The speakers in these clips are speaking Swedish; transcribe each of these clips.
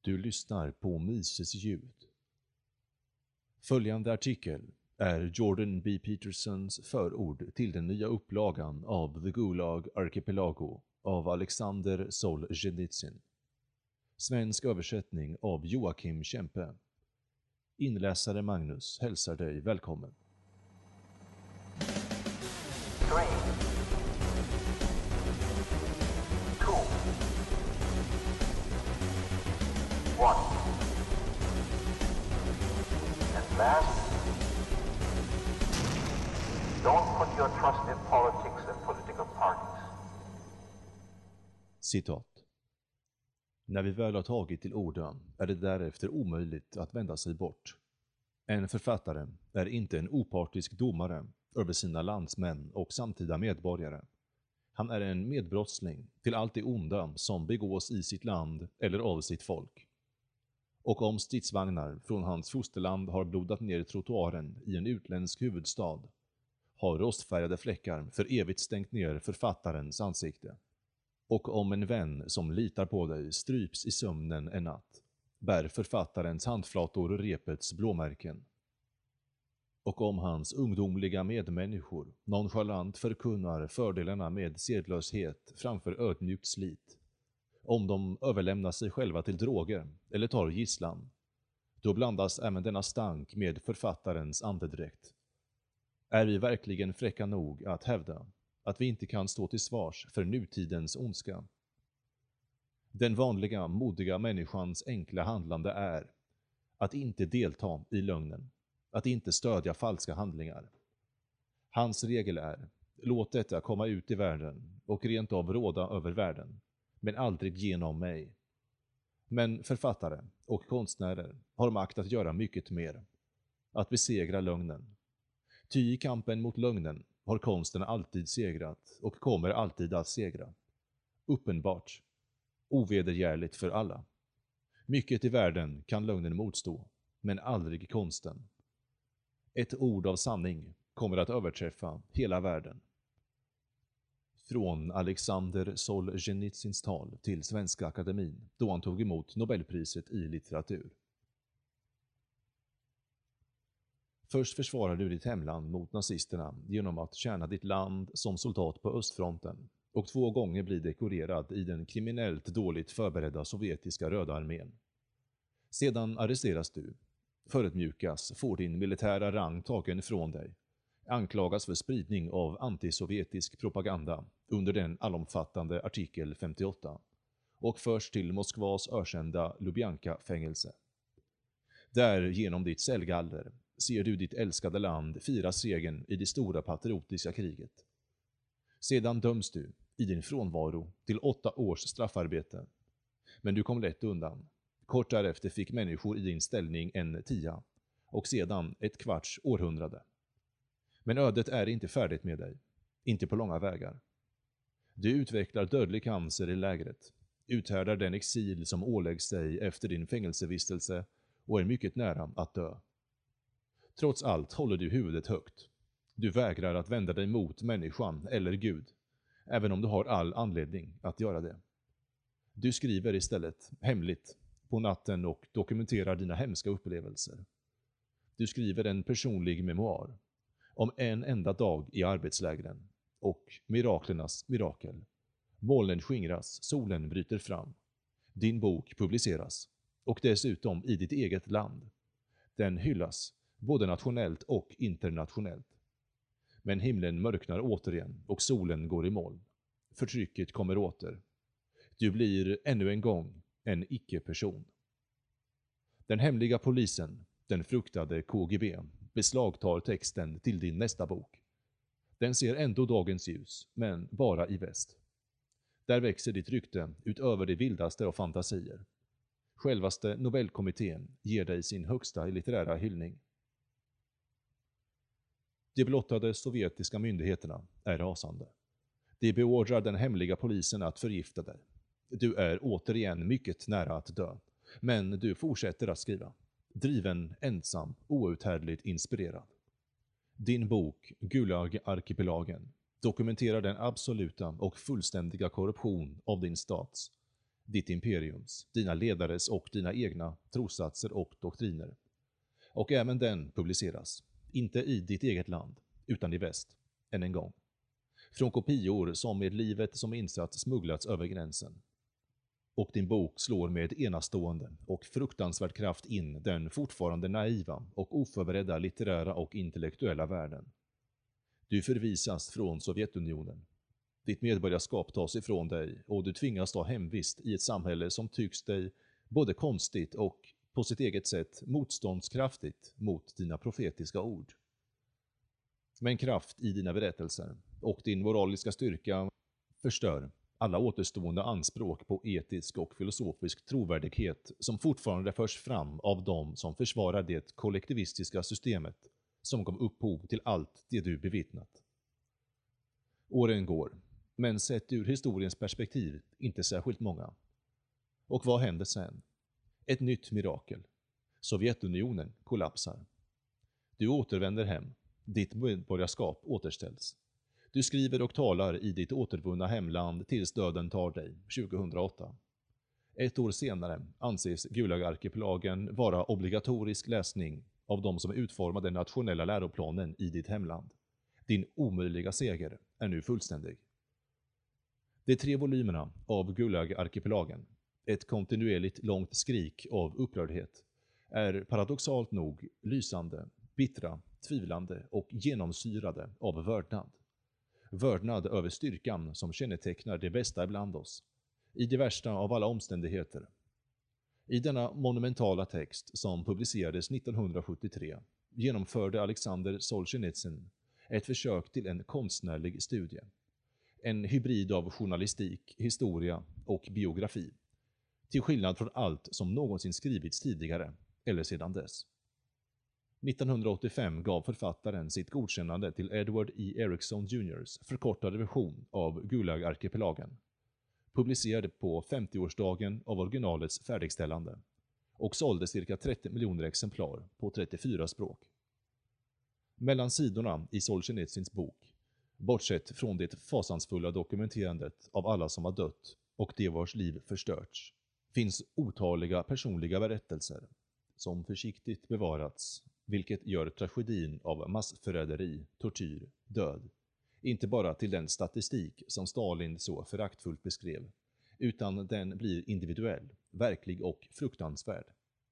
Du lyssnar på Mises ljud. Följande artikel är Jordan B. Petersons förord till den nya upplagan av The Gulag Archipelago av Alexander Solzhenitsyn. Svensk översättning av Joakim Kempe. Inläsare Magnus hälsar dig välkommen. 3, 2, 1. And last, don't put your trust in politics and political parties. Citat. När vi väl har tagit till orden är det därefter omöjligt att vända sig bort. En författare är inte en opartisk domare över sina landsmän och samtida medborgare. Han är en medbrottsling till allt det onda som begås i sitt land eller av sitt folk. Och om stridsvagnar från hans fosterland har blodat ner trottoaren i en utländsk huvudstad, har rostfärgade fläckar för evigt stängt ner författarens ansikte. Och om en vän som litar på dig stryps i sömnen en natt, bär författarens handflator repets blåmärken. Och om hans ungdomliga medmänniskor nonchalant förkunnar fördelarna med sedlöshet framför ödmjukt slit, om de överlämnar sig själva till droger eller tar gisslan, då blandas även denna stank med författarens andedräkt. Är vi verkligen fräcka nog att hävda att vi inte kan stå till svars för nutidens ondska? Den vanliga, modiga människans enkla handlande är att inte delta i lögnen, att inte stödja falska handlingar. Hans regel är: låt detta komma ut i världen och rent av råda över världen, men aldrig genom mig. Men författare och konstnärer har makt att göra mycket mer, att besegra lögnen. Ty i kampen mot lögnen har konsten alltid segrat och kommer alltid att segra. Uppenbart, ovedergärligt för alla. Mycket i världen kan lögnen motstå, men aldrig konsten. Ett ord av sanning kommer att överträffa hela världen. Från Alexander Solzhenitsyns tal till Svenska Akademin då han tog emot Nobelpriset i litteratur. Först försvarar du ditt hemland mot nazisterna genom att tjäna ditt land som soldat på östfronten och 2 gånger bli dekorerad i den kriminellt dåligt förberedda sovjetiska röda armén. Sedan arresteras du, förödmjukas, får din militära rang tagen från dig, anklagas för spridning av antisovjetisk propaganda under den allomfattande artikel 58 och förs till Moskvas ökända Lubjanka-fängelse. Där genom ditt cellgaller ser du ditt älskade land fira segern i det stora patriotiska kriget. Sedan döms du i din frånvaro till 8 års straffarbete. Men du kom lätt undan. Kort därefter fick människor i din ställning en 10 och sedan ett 1/4 århundrade. Men ödet är inte färdigt med dig. Inte på långa vägar. Du utvecklar dödlig cancer i lägret, uthärdar den exil som åläggs dig efter din fängelsevistelse och är mycket nära att dö. Trots allt håller du huvudet högt. Du vägrar att vända dig mot människan eller Gud, även om du har all anledning att göra det. Du skriver istället hemligt på natten och dokumenterar dina hemska upplevelser. Du skriver en personlig memoar om en enda dag i arbetslägren och miraklernas mirakel. Molnen skingras, solen bryter fram. Din bok publiceras och dessutom i ditt eget land. Den hyllas både nationellt och internationellt. Men himlen mörknar återigen och solen går i moln. Förtrycket kommer åter. Du blir ännu en gång en icke-person. Den hemliga polisen, den fruktade KGB, beslagtar texten till din nästa bok. Den ser ändå dagens ljus, men bara i väst. Där växer ditt rykte utöver det vildaste av fantasier. Självaste Nobelkommittén ger dig sin högsta litterära hyllning. De blottade sovjetiska myndigheterna är rasande. De beordrar den hemliga polisen att förgifta dig. Du är återigen mycket nära att dö, men du fortsätter att skriva. Driven, ensam, outhärdligt inspirerad. Din bok Gulag-arkipelagen dokumenterar den absoluta och fullständiga korruption av din stats, ditt imperiums, dina ledares och dina egna trossatser och doktriner. Och även den publiceras, inte i ditt eget land, utan i väst, än en gång. Från kopior som med livet som insats smugglats över gränsen. Och din bok slår med enastående och fruktansvärd kraft in den fortfarande naiva och oförberedda litterära och intellektuella världen. Du förvisas från Sovjetunionen. Ditt medborgarskap tas ifrån dig och du tvingas ta hemvist i ett samhälle som tycks dig både konstigt och på sitt eget sätt motståndskraftigt mot dina profetiska ord. Men kraft i dina berättelser och din moraliska styrka förstör alla återstående anspråk på etisk och filosofisk trovärdighet som fortfarande förs fram av dem som försvarar det kollektivistiska systemet som gav upphov till allt det du bevittnat. Åren går, men sett ur historiens perspektiv inte särskilt många. Och vad händer sen? Ett nytt mirakel. Sovjetunionen kollapsar. Du återvänder hem. Ditt medborgarskap återställs. Du skriver och talar i ditt återvunna hemland tills döden tar dig, 2008. Ett år senare anses Gulag-arkipelagen vara obligatorisk läsning av de som utformar den nationella läroplanen i ditt hemland. Din omöjliga seger är nu fullständig. De 3 volymerna av Gulag-arkipelagen, ett kontinuerligt långt skrik av upprördhet, är paradoxalt nog lysande, bittra, tvivlande och genomsyrade av vördnad. Vördnad över styrkan som kännetecknar det bästa ibland oss, i det värsta av alla omständigheter. I denna monumentala text som publicerades 1973 genomförde Alexander Solzhenitsyn ett försök till en konstnärlig studie. En hybrid av journalistik, historia och biografi. Till skillnad från allt som någonsin skrivits tidigare eller sedan dess. 1985 gav författaren sitt godkännande till Edward E. Erickson Jr.'s förkortade version av Gulag-arkipelagen. Publicerad på 50-årsdagen av originalets färdigställande och sålde cirka 30 miljoner exemplar på 34 språk. Mellan sidorna i Solzhenitsyns bok, bortsett från det fasansfulla dokumenterandet av alla som har dött och de vars liv förstörts, finns otaliga personliga berättelser som försiktigt bevarats, vilket gör tragedin av massförräderi, tortyr, död, inte bara till den statistik som Stalin så föraktfullt beskrev, utan den blir individuell, verklig och fruktansvärd.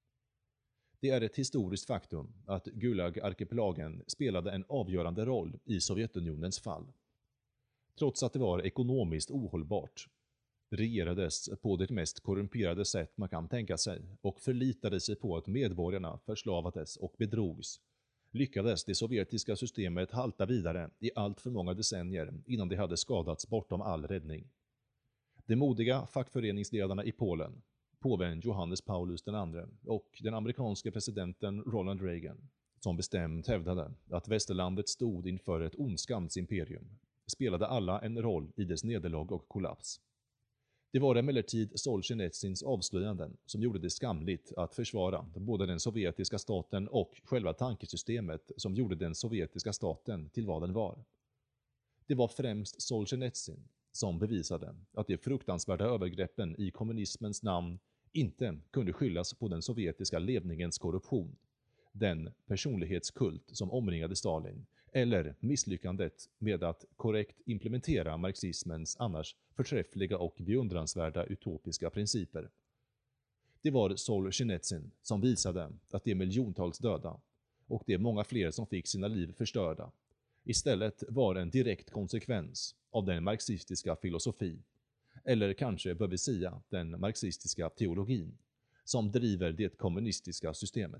Det är ett historiskt faktum att Gulag-arkipelagen spelade en avgörande roll i Sovjetunionens fall. Trots att det var ekonomiskt ohållbart, regerades på det mest korrumperade sätt man kan tänka sig och förlitade sig på att medborgarna förslavades och bedrogs, lyckades det sovjetiska systemet halta vidare i allt för många decennier innan det hade skadats bortom all räddning. De modiga fackföreningsledarna i Polen, påven Johannes Paulus II och den amerikanske presidenten Ronald Reagan, som bestämt hävdade att västerlandet stod inför ett ondskans imperium, spelade alla en roll i dess nederlag och kollaps. Det var emellertid Solzhenitsyns avslöjanden som gjorde det skamligt att försvara både den sovjetiska staten och själva tankesystemet som gjorde den sovjetiska staten till vad den var. Det var främst Solzhenitsyn som bevisade att de fruktansvärda övergreppen i kommunismens namn inte kunde skyllas på den sovjetiska ledningens korruption, den personlighetskult som omringade Stalin, eller misslyckandet med att korrekt implementera marxismens annars förträffliga och beundransvärda utopiska principer. Det var Solzhenitsyn som visade att de miljontals döda och de många fler som fick sina liv förstörda istället var en direkt konsekvens av den marxistiska filosofi, eller kanske bör vi säga den marxistiska teologin, som driver det kommunistiska systemet.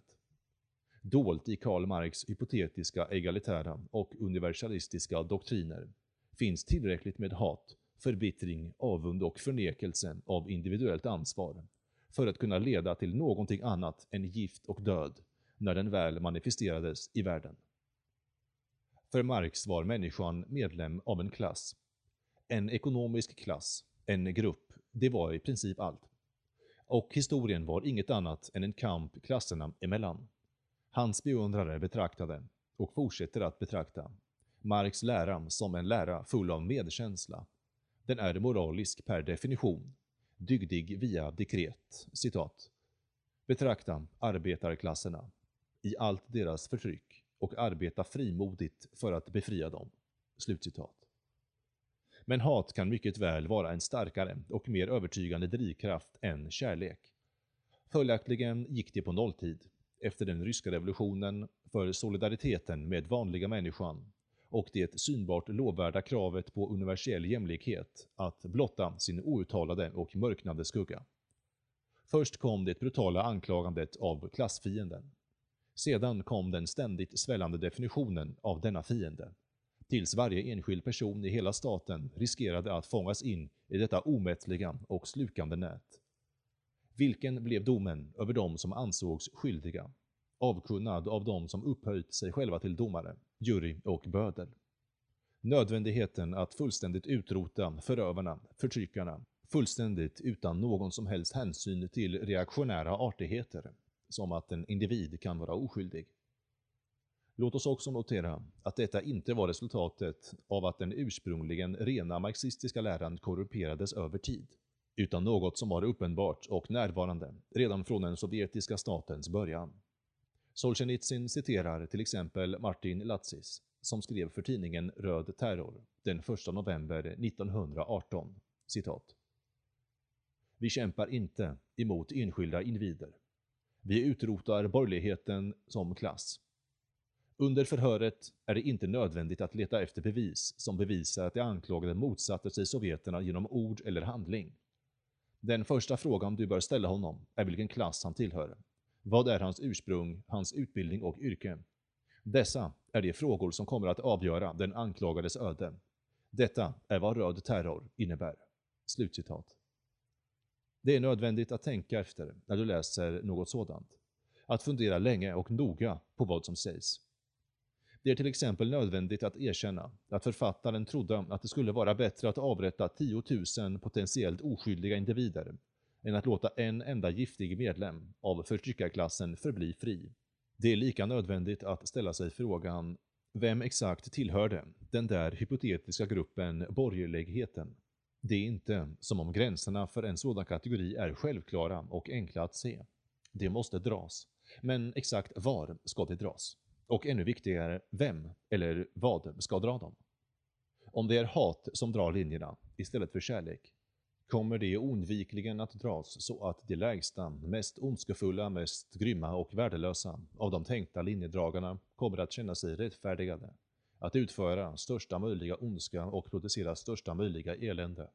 Dolt i Karl Marx hypotetiska egalitära och universalistiska doktriner finns tillräckligt med hat, förbittring, avund och förnekelse av individuellt ansvar för att kunna leda till någonting annat än gift och död när den väl manifesterades i världen. För Marx var människan medlem av en klass. En ekonomisk klass, en grupp, det var i princip allt. Och historien var inget annat än en kamp klasserna emellan. Hans beundrare betraktade, och fortsätter att betrakta, Marx lära som en lära full av medkänsla. Den är moralisk per definition, dygdig via dekret, citat, betrakta arbetarklasserna i allt deras förtryck och arbeta frimodigt för att befria dem, slutcitat. Men hat kan mycket väl vara en starkare och mer övertygande drivkraft än kärlek. Följaktligen gick det på nolltid, efter den ryska revolutionen, för solidariteten med vanliga människan och det synbart lovvärda kravet på universell jämlikhet att blotta sin outtalade och mörknande skugga. Först kom det brutala anklagandet av klassfienden. Sedan kom den ständigt svällande definitionen av denna fiende, tills varje enskild person i hela staten riskerade att fångas in i detta omättliga och slukande nät. Vilken blev domen över dem som ansågs skyldiga, avkunnad av dem som upphöjt sig själva till domare, jury och bödel? Nödvändigheten att fullständigt utrota förövarna, förtryckarna, fullständigt utan någon som helst hänsyn till reaktionära artigheter, som att en individ kan vara oskyldig. Låt oss också notera att detta inte var resultatet av att den ursprungligen rena marxistiska läran korrumperades över tid, utan något som var uppenbart och närvarande redan från den sovjetiska statens början. Solzhenitsyn citerar till exempel Martin Latzis, som skrev för tidningen Röd terror den 1 november 1918, citat. Vi kämpar inte emot enskilda individer. Vi utrotar borgerligheten som klass. Under förhöret är det inte nödvändigt att leta efter bevis som bevisar att de anklagade motsatte sig sovjeterna genom ord eller handling. Den första frågan du bör ställa honom är vilken klass han tillhör. Vad är hans ursprung, hans utbildning och yrke? Dessa är de frågor som kommer att avgöra den anklagades öde. Detta är vad röd terror innebär. Slutcitat. Det är nödvändigt att tänka efter när du läser något sådant. Att fundera länge och noga på vad som sägs. Det är till exempel nödvändigt att erkänna att författaren trodde att det skulle vara bättre att avrätta 10 000 potentiellt oskyldiga individer än att låta en enda giftig medlem av förtryckarklassen förbli fri. Det är lika nödvändigt att ställa sig frågan, vem exakt tillhörde den där hypotetiska gruppen borgerligheten? Det är inte som om gränserna för en sådan kategori är självklara och enkla att se. Det måste dras. Men exakt var ska det dras? Och ännu viktigare, vem eller vad ska dra dem? Om det är hat som drar linjerna istället för kärlek, kommer det oundvikligen att dras så att de lägsta, mest ondskefulla, mest grymma och värdelösa av de tänkta linjedragarna kommer att känna sig rättfärdigade att utföra största möjliga ondska och producera största möjliga elände.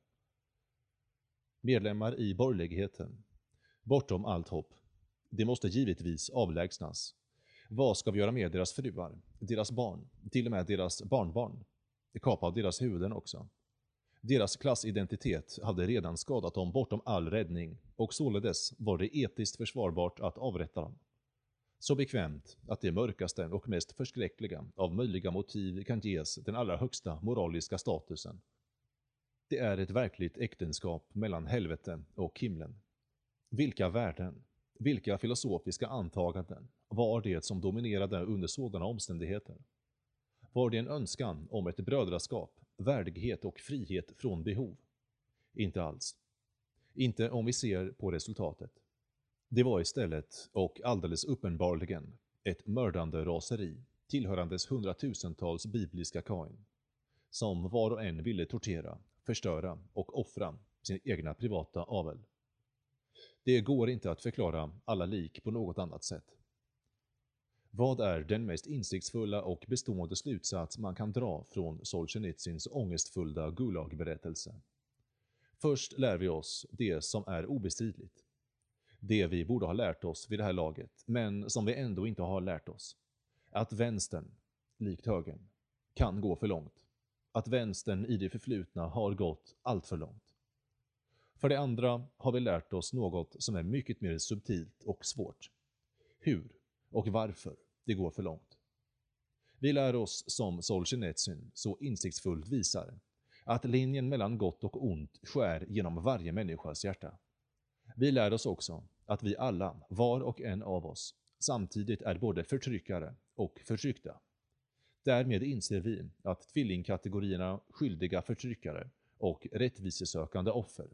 Medlemmar i borgerligheten, bortom allt hopp, det måste givetvis avlägsnas. Vad ska vi göra med deras fruar, deras barn, till och med deras barnbarn? Det kapar deras huvuden också. Deras klassidentitet hade redan skadat dem bortom all räddning och således var det etiskt försvarbart att avrätta dem. Så bekvämt att det mörkaste och mest förskräckliga av möjliga motiv kan ges den allra högsta moraliska statusen. Det är ett verkligt äktenskap mellan helvete och himlen. Vilka värden, vilka filosofiska antaganden var det som dominerade under sådana omständigheter? Var det en önskan om ett brödraskap, värdighet och frihet från behov? Inte alls. Inte om vi ser på resultatet. Det var istället, och alldeles uppenbarligen, ett mördande raseri, tillhörandes hundratusentals bibliska Kain, som var och en ville tortera, förstöra och offra sin egna privata avel. Det går inte att förklara alla lik på något annat sätt. Vad är den mest insiktsfulla och bestående slutsats man kan dra från Solzhenitsyns ångestfulla Gulag-berättelse? Först lär vi oss det som är obestridligt. Det vi borde ha lärt oss vid det här laget, men som vi ändå inte har lärt oss. Att vänstern, likt högern, kan gå för långt. Att vänstern i det förflutna har gått allt för långt. För det andra har vi lärt oss något som är mycket mer subtilt och svårt. Hur och varför det går för långt. Vi lär oss, som Solzhenitsyn så insiktsfullt visar, att linjen mellan gott och ont skär genom varje människas hjärta. Vi lär oss också att vi alla, var och en av oss, samtidigt är både förtryckare och förtryckta. Därmed inser vi att tvillingkategorierna skyldiga förtryckare och rättvisesökande offer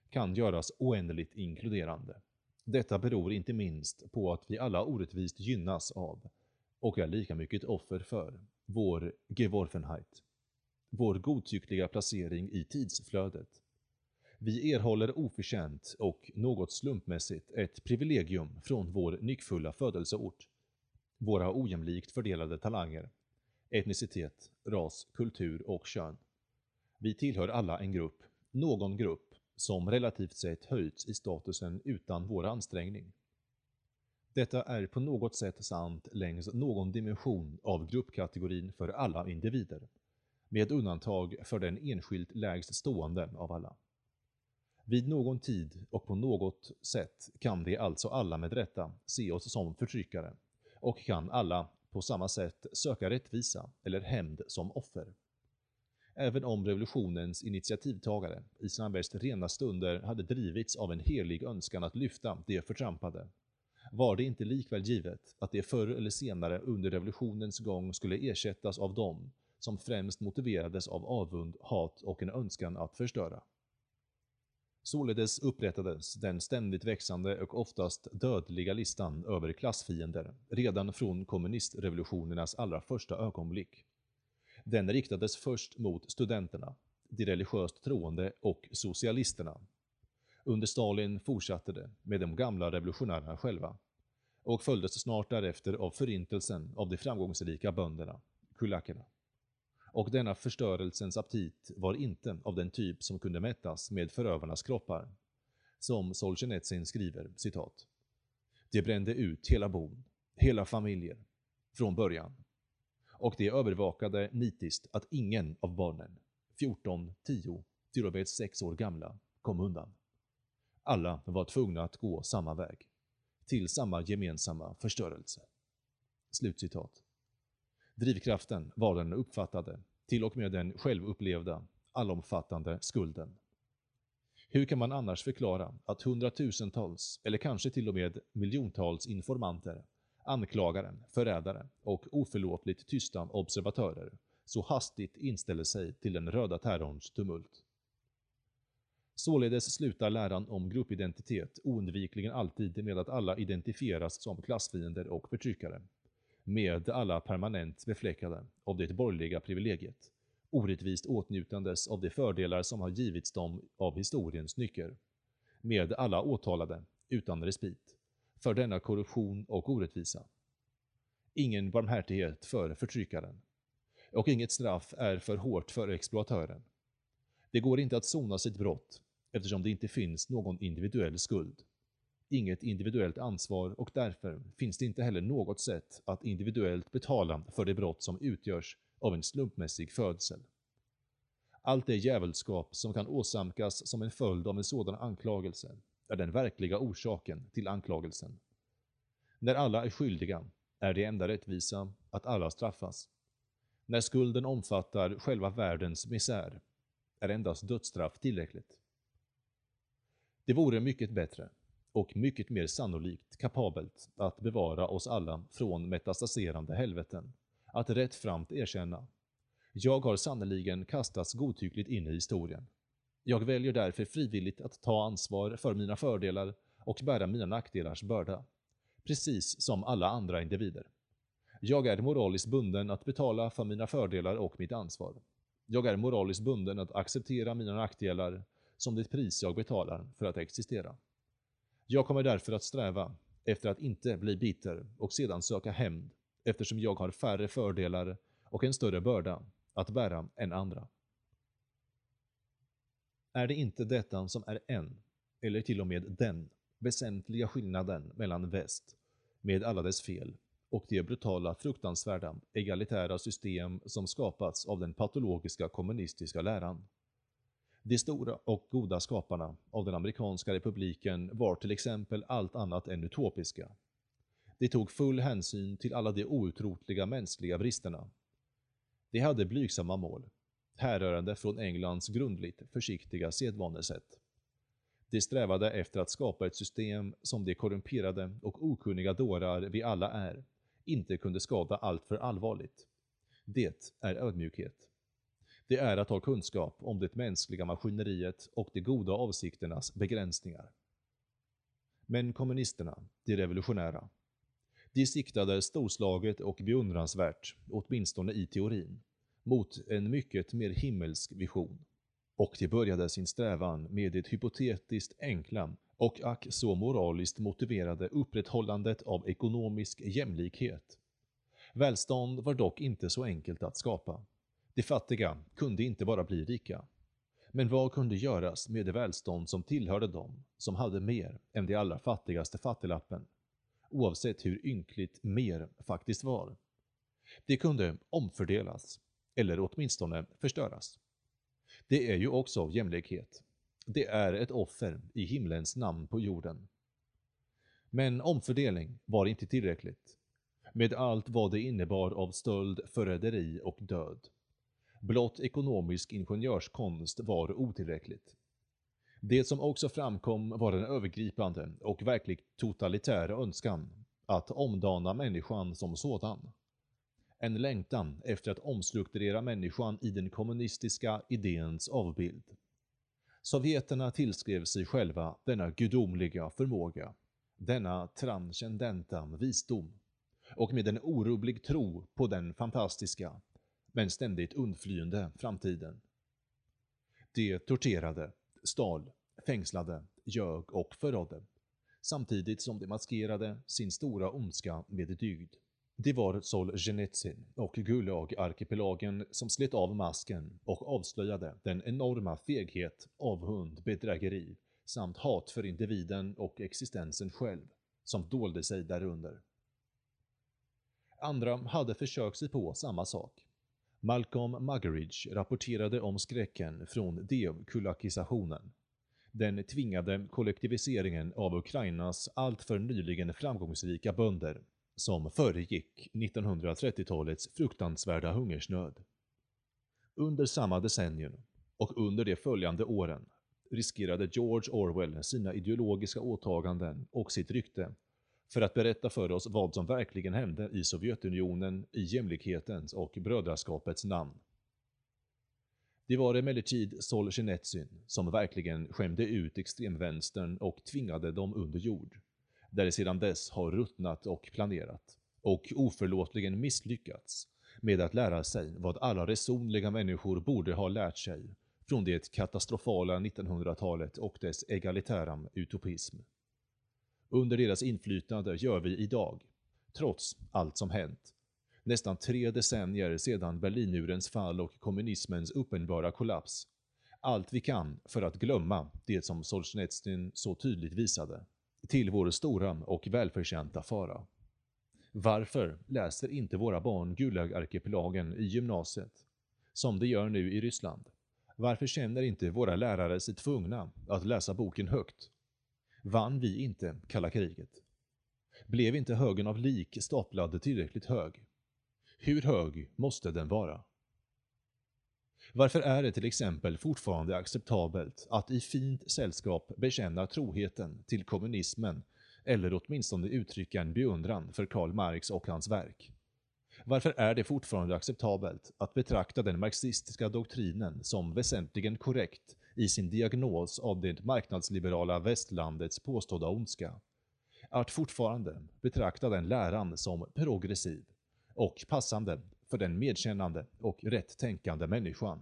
kan göras oändligt inkluderande. Detta beror inte minst på att vi alla orättvist gynnas av, och är lika mycket offer för, vår Geworfenheit, vår godtyckliga placering i tidsflödet. Vi erhåller oförtjänt och något slumpmässigt ett privilegium från vår nyckfulla födelseort, våra ojämlikt fördelade talanger, etnicitet, ras, kultur och kön. Vi tillhör alla en grupp, någon grupp, som relativt sett höjts i statusen utan vår ansträngning. Detta är på något sätt sant längs någon dimension av gruppkategorin för alla individer, med undantag för den enskilt lägst stående av alla. Vid någon tid och på något sätt kan vi alltså alla med rätta se oss som förtryckare, och kan alla på samma sätt söka rättvisa eller hämnd som offer. Även om revolutionens initiativtagare i sina mest rena stunder hade drivits av en helig önskan att lyfta det förtrampade, var det inte likväl givet att det förr eller senare under revolutionens gång skulle ersättas av dem som främst motiverades av avund, hat och en önskan att förstöra. Således upprättades den ständigt växande och oftast dödliga listan över klassfiender redan från kommunistrevolutionernas allra första ögonblick. Den riktades först mot studenterna, de religiöst troende och socialisterna. Under Stalin fortsatte det med de gamla revolutionärerna själva, och följdes snart därefter av förintelsen av de framgångsrika bönderna, kulakerna. Och denna förstörelsens aptit var inte av den typ som kunde mättas med förövarnas kroppar. Som Solzhenitsyn skriver, citat: "Det brände ut hela bon, hela familjer, från början. Och det övervakade nitiskt att ingen av barnen, 14, 10, till och med 6 år gamla, kom undan. Alla var tvungna att gå samma väg, till samma gemensamma förstörelse." Slutcitat. Drivkraften var den uppfattade, till och med den självupplevda, allomfattande skulden. Hur kan man annars förklara att hundratusentals, eller kanske till och med miljontals informanter, anklagare, förrädare och oförlåtligt tysta observatörer så hastigt inställer sig till den röda terrorns tumult? Således slutar läran om gruppidentitet oundvikligen alltid med att alla identifieras som klassfiender och förtryckare, med alla permanent befläckade av det borgerliga privilegiet, orättvist åtnjutandes av de fördelar som har givits dem av historiens nycker, med alla åtalade, utan respit, för denna korruption och orättvisa. Ingen barmhärtighet för förtryckaren, och inget straff är för hårt för exploatören. Det går inte att sona sitt brott, eftersom det inte finns någon individuell skuld. Inget individuellt ansvar, och därför finns det inte heller något sätt att individuellt betala för det brott som utgörs av en slumpmässig födsel. Allt det djävulskap som kan åsamkas som en följd av en sådan anklagelse är den verkliga orsaken till anklagelsen. När alla är skyldiga är det enda rättvisa att alla straffas. När skulden omfattar själva världens misär är endast dödsstraff tillräckligt. Det vore mycket bättre och mycket mer sannolikt kapabelt att bevara oss alla från metastaserande helveten, att rättframt erkänna: jag har sannoliken kastats godtyckligt in i historien. Jag väljer därför frivilligt att ta ansvar för mina fördelar och bära mina nackdelars börda, precis som alla andra individer. Jag är moraliskt bunden att betala för mina fördelar och mitt ansvar. Jag är moraliskt bunden att acceptera mina nackdelar som det pris jag betalar för att existera. Jag kommer därför att sträva efter att inte bli bitter och sedan söka hämnd, eftersom jag har färre fördelar och en större börda att bära än andra. Är det inte detta som är en, eller till och med den, väsentliga skillnaden mellan väst, med alla dess fel, och det brutala, fruktansvärda, egalitära system som skapats av den patologiska kommunistiska läran? De stora och goda skaparna av den amerikanska republiken var till exempel allt annat än utopiska. De tog full hänsyn till alla de outrotliga mänskliga bristerna. De hade blygsamma mål, härrörande från Englands grundligt försiktiga sedvanesätt. De strävade efter att skapa ett system som de korrumperade och okunniga dårar vi alla inte kunde skada allt för allvarligt. Det är ödmjukhet. Det är att ha kunskap om det mänskliga maskineriet och de goda avsikternas begränsningar. Men kommunisterna, de revolutionära, de siktade storslaget och beundransvärt, åtminstone i teorin, mot en mycket mer himmelsk vision. Och de började sin strävan med det hypotetiskt enkla och ack så moraliskt motiverade upprätthållandet av ekonomisk jämlikhet. Välstånd var dock inte så enkelt att skapa. De fattiga kunde inte bara bli rika. Men vad kunde göras med det välstånd som tillhörde dem som hade mer än de allra fattigaste fattiglappen, oavsett hur ynkligt mer faktiskt var? Det kunde omfördelas, eller åtminstone förstöras. Det är ju också jämlikhet. Det är ett offer i himlens namn på jorden. Men omfördelning var inte tillräckligt, med allt vad det innebar av stöld, förräderi och död. Blott ekonomisk ingenjörskonst var otillräckligt. Det som också framkom var en övergripande och verkligt totalitär önskan att omdana människan som sådan. En längtan efter att omstrukturera människan i den kommunistiska idéns avbild. Sovjeterna tillskrev sig själva denna gudomliga förmåga, denna transcendenta visdom, och med en orubblig tro på den fantastiska, men ständigt undflyende framtiden. De torterade, stal, fängslade, ljög och förrådde, samtidigt som de maskerade sin stora ondska med dygd. Det var Solzhenitsyn och Gulag-arkipelagen som slet av masken och avslöjade den enorma feghet, avhund, bedrägeri samt hat för individen och existensen själv som dolde sig därunder. Andra hade försökt sig på samma sak. Malcolm Muggeridge rapporterade om skräcken från dekulakisationen, den tvingade kollektiviseringen av Ukrainas alltför nyligen framgångsrika bönder som föregick 1930-talets fruktansvärda hungersnöd. Under samma decennium och under de följande åren riskerade George Orwell sina ideologiska åtaganden och sitt rykte för att berätta för oss vad som verkligen hände i Sovjetunionen i jämlikhetens och brödraskapets namn. Det var emellertid Solzhenitsyn som verkligen skämde ut extremvänstern och tvingade dem under jord, där det sedan dess har ruttnat och planerat, och oförlåtligen misslyckats med att lära sig vad alla resonliga människor borde ha lärt sig från det katastrofala 1900-talet och dess egalitära utopism. Under deras inflytande gör vi idag, trots allt som hänt, nästan 3 decennier sedan Berlinmurens fall och kommunismens uppenbara kollaps, allt vi kan för att glömma det som Solzhenitsyn så tydligt visade, till vår stora och välförtjänta fara. Varför läser inte våra barn Gulag-arkipelagen i gymnasiet, som de gör nu i Ryssland? Varför känner inte våra lärare sig tvungna att läsa boken högt? Vann vi inte kalla kriget? Blev inte högen av lik staplad tillräckligt hög? Hur hög måste den vara? Varför är det till exempel fortfarande acceptabelt att i fint sällskap bekänna troheten till kommunismen eller åtminstone uttrycka en beundran för Karl Marx och hans verk? Varför är det fortfarande acceptabelt att betrakta den marxistiska doktrinen som väsentligen korrekt i sin diagnos av det marknadsliberala västlandets påstådda ondska? Att fortfarande betrakta den läran som progressiv och passande för den medkännande och rätt tänkande människan.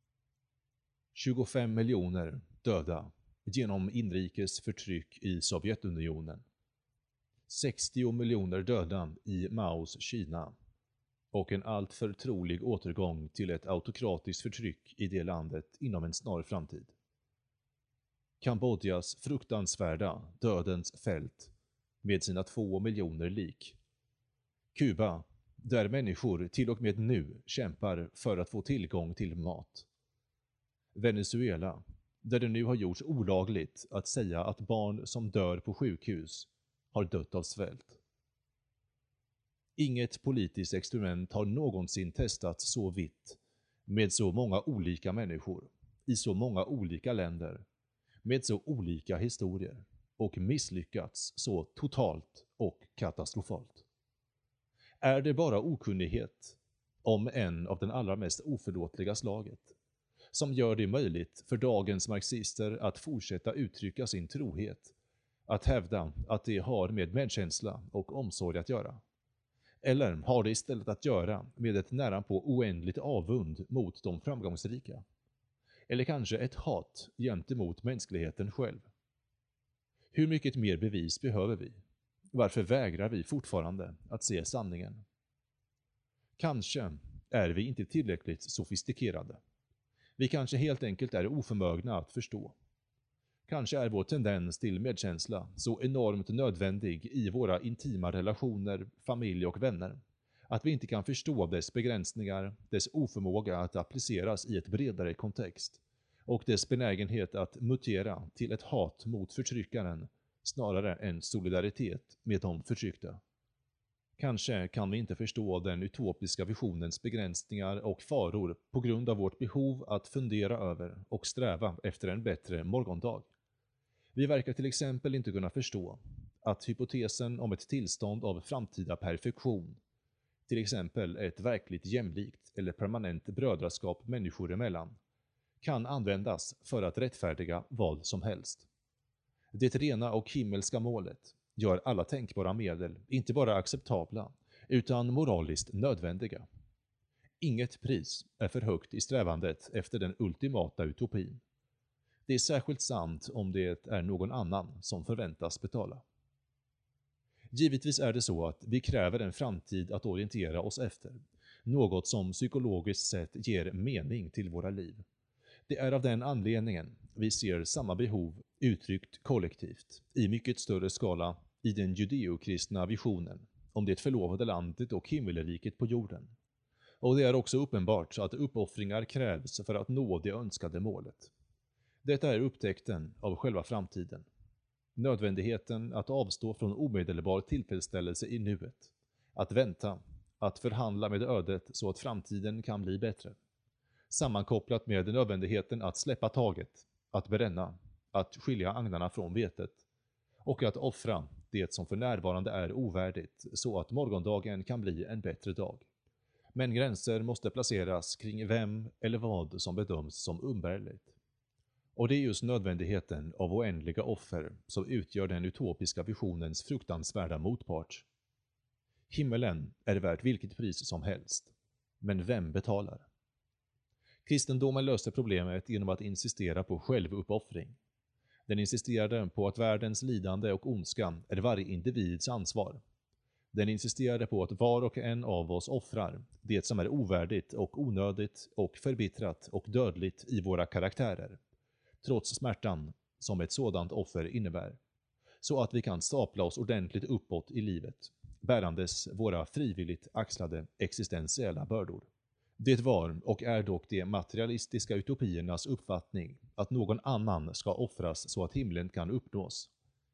25 miljoner döda genom inrikes förtryck i Sovjetunionen. 60 miljoner döda i Maos Kina. Och en alltför trolig återgång till ett autokratiskt förtryck i det landet inom en snar framtid. Kambodjas fruktansvärda dödens fält med sina 2 miljoner lik. Kuba, där människor till och med nu kämpar för att få tillgång till mat. Venezuela, där det nu har gjorts olagligt att säga att barn som dör på sjukhus har dött av svält. Inget politiskt experiment har någonsin testats så vitt, med så många olika människor, i så många olika länder, med så olika historier, och misslyckats så totalt och katastrofalt. Är det bara okunnighet? om en av den allra mest oförlåtliga slaget, som gör det möjligt för dagens marxister att fortsätta uttrycka sin trohet, att hävda att det har med medkänsla och omsorg att göra. Eller har det istället att göra med ett näranpå oändligt avund mot de framgångsrika? Eller kanske ett hat gentemot mänskligheten själv? Hur mycket mer bevis behöver vi? Varför vägrar vi fortfarande att se sanningen? Kanske är vi inte tillräckligt sofistikerade. Vi kanske helt enkelt är oförmögna att förstå. Kanske är vår tendens till medkänsla så enormt nödvändig i våra intima relationer, familj och vänner, att vi inte kan förstå dess begränsningar, dess oförmåga att appliceras i ett bredare kontext och dess benägenhet att mutera till ett hat mot förtryckaren snarare än solidaritet med de förtryckta. Kanske kan vi inte förstå den utopiska visionens begränsningar och faror på grund av vårt behov att fundera över och sträva efter en bättre morgondag. Vi verkar till exempel inte kunna förstå att hypotesen om ett tillstånd av framtida perfektion, till exempel ett verkligt jämlikt eller permanent brödraskap människor emellan, kan användas för att rättfärdiga vad som helst. Det rena och himmelska målet gör alla tänkbara medel inte bara acceptabla utan moraliskt nödvändiga. Inget pris är för högt i strävandet efter den ultimata utopin. Det är särskilt sant om det är någon annan som förväntas betala. Givetvis är det så att vi kräver en framtid att orientera oss efter, något som psykologiskt sett ger mening till våra liv. Det är av den anledningen vi ser samma behov uttryckt kollektivt, i mycket större skala, i den judeokristna visionen om det förlovade landet och himmelriket på jorden. Och det är också uppenbart att uppoffringar krävs för att nå det önskade målet. Detta är upptäckten av själva framtiden. Nödvändigheten att avstå från omedelbar tillfredsställelse i nuet. Att vänta, att förhandla med ödet så att framtiden kan bli bättre. Sammankopplat med nödvändigheten att släppa taget, att bränna, att skilja agnarna från vetet och att offra det som för närvarande är ovärdigt så att morgondagen kan bli en bättre dag. Men gränser måste placeras kring vem eller vad som bedöms som umbärligt. Och det är just nödvändigheten av oändliga offer som utgör den utopiska visionens fruktansvärda motpart. Himmelen är värt vilket pris som helst, men vem betalar? Kristendomen löste problemet genom att insistera på självuppoffring. Den insisterade på att världens lidande och ondska är varje individs ansvar. Den insisterade på att var och en av oss offrar det som är ovärdigt och onödigt och förbittrat och dödligt i våra karaktärer, trots smärtan som ett sådant offer innebär, så att vi kan stapla oss ordentligt uppåt i livet, bärandes våra frivilligt axlade existentiella bördor. Det var och är dock de materialistiska utopiernas uppfattning att någon annan ska offras så att himlen kan uppnås.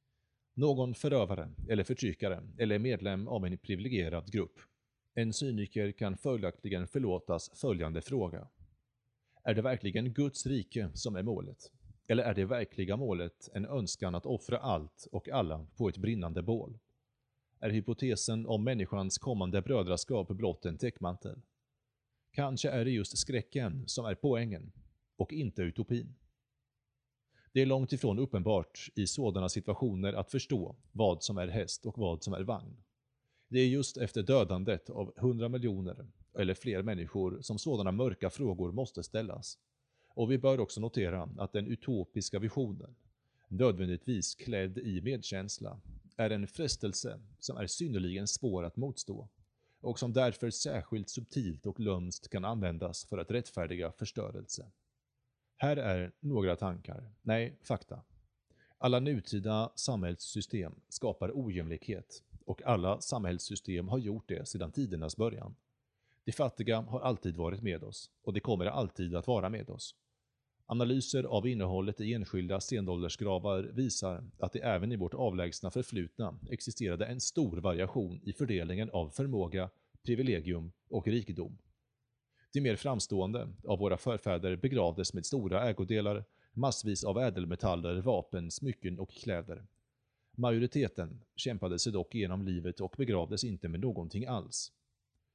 Någon förövare eller förtryckare eller medlem av en privilegierad grupp. En cyniker kan följaktligen förlåtas följande fråga. Är det verkligen Guds rike som är målet? Eller är det verkliga målet en önskan att offra allt och alla på ett brinnande bål? Är hypotesen om människans kommande brödraskap blott en täckmantel? Kanske är det just skräcken som är poängen och inte utopin. Det är långt ifrån uppenbart i sådana situationer att förstå vad som är häst och vad som är vagn. Det är just efter dödandet av 100 miljoner eller fler människor som sådana mörka frågor måste ställas. Och vi bör också notera att den utopiska visionen, nödvändigtvis klädd i medkänsla, är en frestelse som är synnerligen svår att motstå och som därför särskilt subtilt och lömskt kan användas för att rättfärdiga förstörelse. Här är några tankar, fakta. Alla nutida samhällssystem skapar ojämlikhet och alla samhällssystem har gjort det sedan tidernas början. De fattiga har alltid varit med oss och de kommer alltid att vara med oss. Analyser av innehållet i enskilda stenåldersgravar visar att det även i vårt avlägsna förflutna existerade en stor variation i fördelningen av förmåga, privilegium och rikedom. De mer framstående av våra förfäder begravdes med stora ägodelar, massvis av ädelmetaller, vapen, smycken och kläder. Majoriteten kämpade sig dock igenom livet och begravdes inte med någonting alls.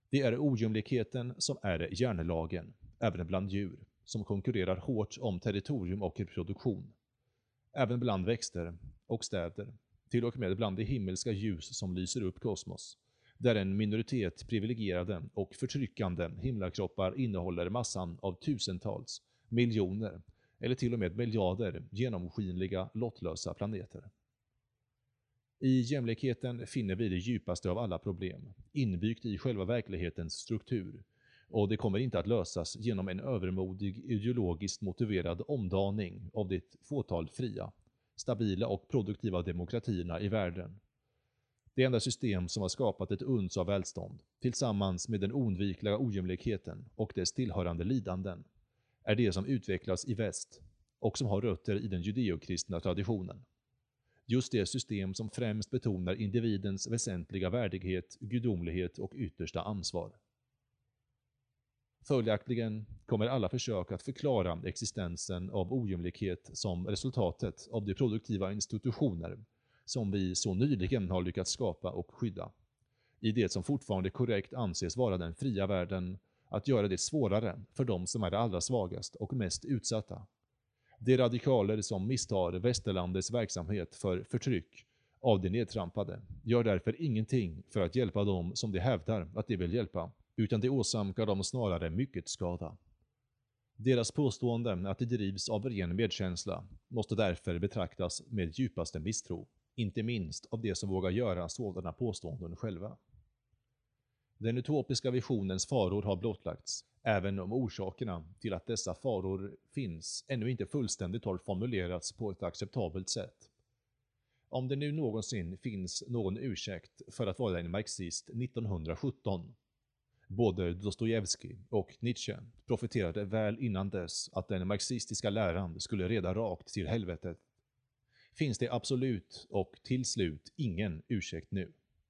Det är ojämlikheten som är hjärnelagen, även bland djur, som konkurrerar hårt om territorium och reproduktion. Även bland växter och städer, till och med bland det himmelska ljus som lyser upp kosmos, där en minoritet privilegierade och förtryckande himlakroppar innehåller massan av tusentals, miljoner eller till och med miljarder genomskinliga lottlösa planeter. I jämlikheten finner vi det djupaste av alla problem, inbyggt i själva verklighetens struktur, och det kommer inte att lösas genom en övermodig ideologiskt motiverad omdaning av det fåtal fria, stabila och produktiva demokratierna i världen. Det enda system som har skapat ett uns av välstånd, tillsammans med den oundvikliga ojämlikheten och dess tillhörande lidanden, är det som utvecklas i väst och som har rötter i den judeokristna traditionen. Just det system som främst betonar individens väsentliga värdighet, gudomlighet och yttersta ansvar. Följaktligen kommer alla försök att förklara existensen av ojämlikhet som resultatet av de produktiva institutioner som vi så nyligen har lyckats skapa och skydda, i det som fortfarande korrekt anses vara den fria världen, att göra det svårare för de som är allra svagast och mest utsatta. De radikaler som misstar västerlandets verksamhet för förtryck av de nedtrampade gör därför ingenting för att hjälpa dem som de hävdar att de vill hjälpa, utan de åsamkar dem snarare mycket skada. Deras påstående att de drivs av ren medkänsla måste därför betraktas med djupaste misstro, inte minst av de som vågar göra sådana påståenden själva. Den utopiska visionens faror har blottlagts, även om orsakerna till att dessa faror finns ännu inte fullständigt har formulerats på ett acceptabelt sätt. Om det nu någonsin finns någon ursäkt för att vara en marxist 1917, både Dostojevskij och Nietzsche profeterade väl innan dess att den marxistiska läran skulle reda rakt till helvetet, finns det absolut och till slut ingen ursäkt nu.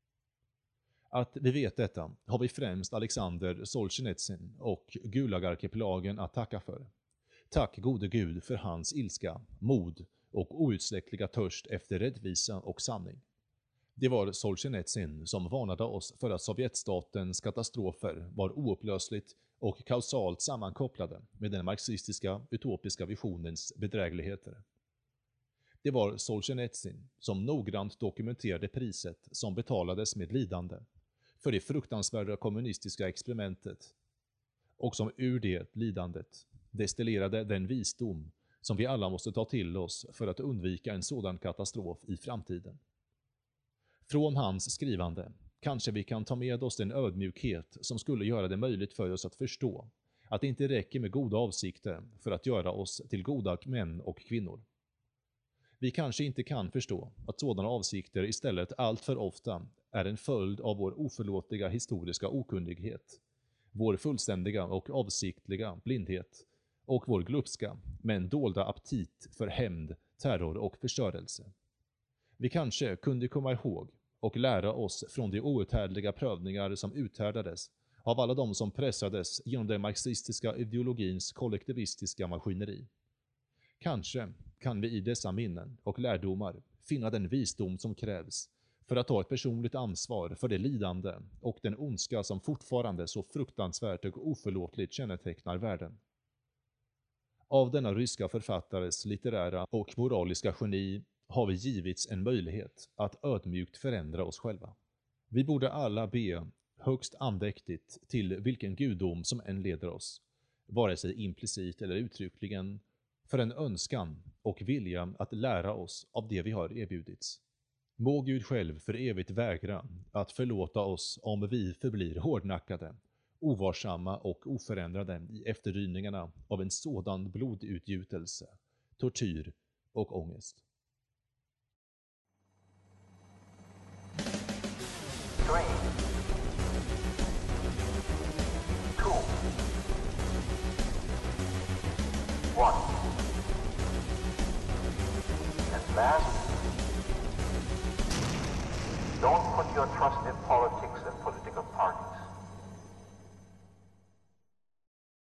Att vi vet detta har vi främst Alexander Solzhenitsyn och Gulagarkipelagen att tacka för. Tack gode Gud för hans ilska, mod och outsläckliga törst efter rättvisa och sanning. Det var Solzhenitsyn som varnade oss för att Sovjetstatens katastrofer var oupplösligt och kausalt sammankopplade med den marxistiska utopiska visionens bedrägligheter. Det var Solzhenitsyn som noggrant dokumenterade priset som betalades med lidande för det fruktansvärda kommunistiska experimentet och som ur det lidandet destillerade den visdom som vi alla måste ta till oss för att undvika en sådan katastrof i framtiden. Från hans skrivande kanske vi kan ta med oss den ödmjukhet som skulle göra det möjligt för oss att förstå att det inte räcker med goda avsikter för att göra oss till goda män och kvinnor. Vi kanske inte kan förstå att sådana avsikter istället allt för ofta är en följd av vår oförlåtliga historiska okunnighet, vår fullständiga och avsiktliga blindhet och vår glupska men dolda aptit för hämnd, terror och förstörelse. Vi kanske kunde komma ihåg och lära oss från de outhärdliga prövningar som uthärdades av alla de som pressades genom den marxistiska ideologins kollektivistiska maskineri. Kanske kan vi i dessa minnen och lärdomar finna den visdom som krävs för att ta ett personligt ansvar för det lidande och den ondska som fortfarande så fruktansvärt och oförlåtligt kännetecknar världen. Av denna ryska författares litterära och moraliska geni har vi givits en möjlighet att ödmjukt förändra oss själva. Vi borde alla be högst andäktigt till vilken gudom som än leder oss, vare sig implicit eller uttryckligen, för en önskan och vilja att lära oss av det vi har erbjudits. Må Gud själv för evigt vägra att förlåta oss om vi förblir hårdnackade, ovarsamma och oförändrade i efterdyningarna av en sådan blodutgjutelse, tortyr och ångest. 3, 2, 1. And last, don't put your trust in politics and political parties.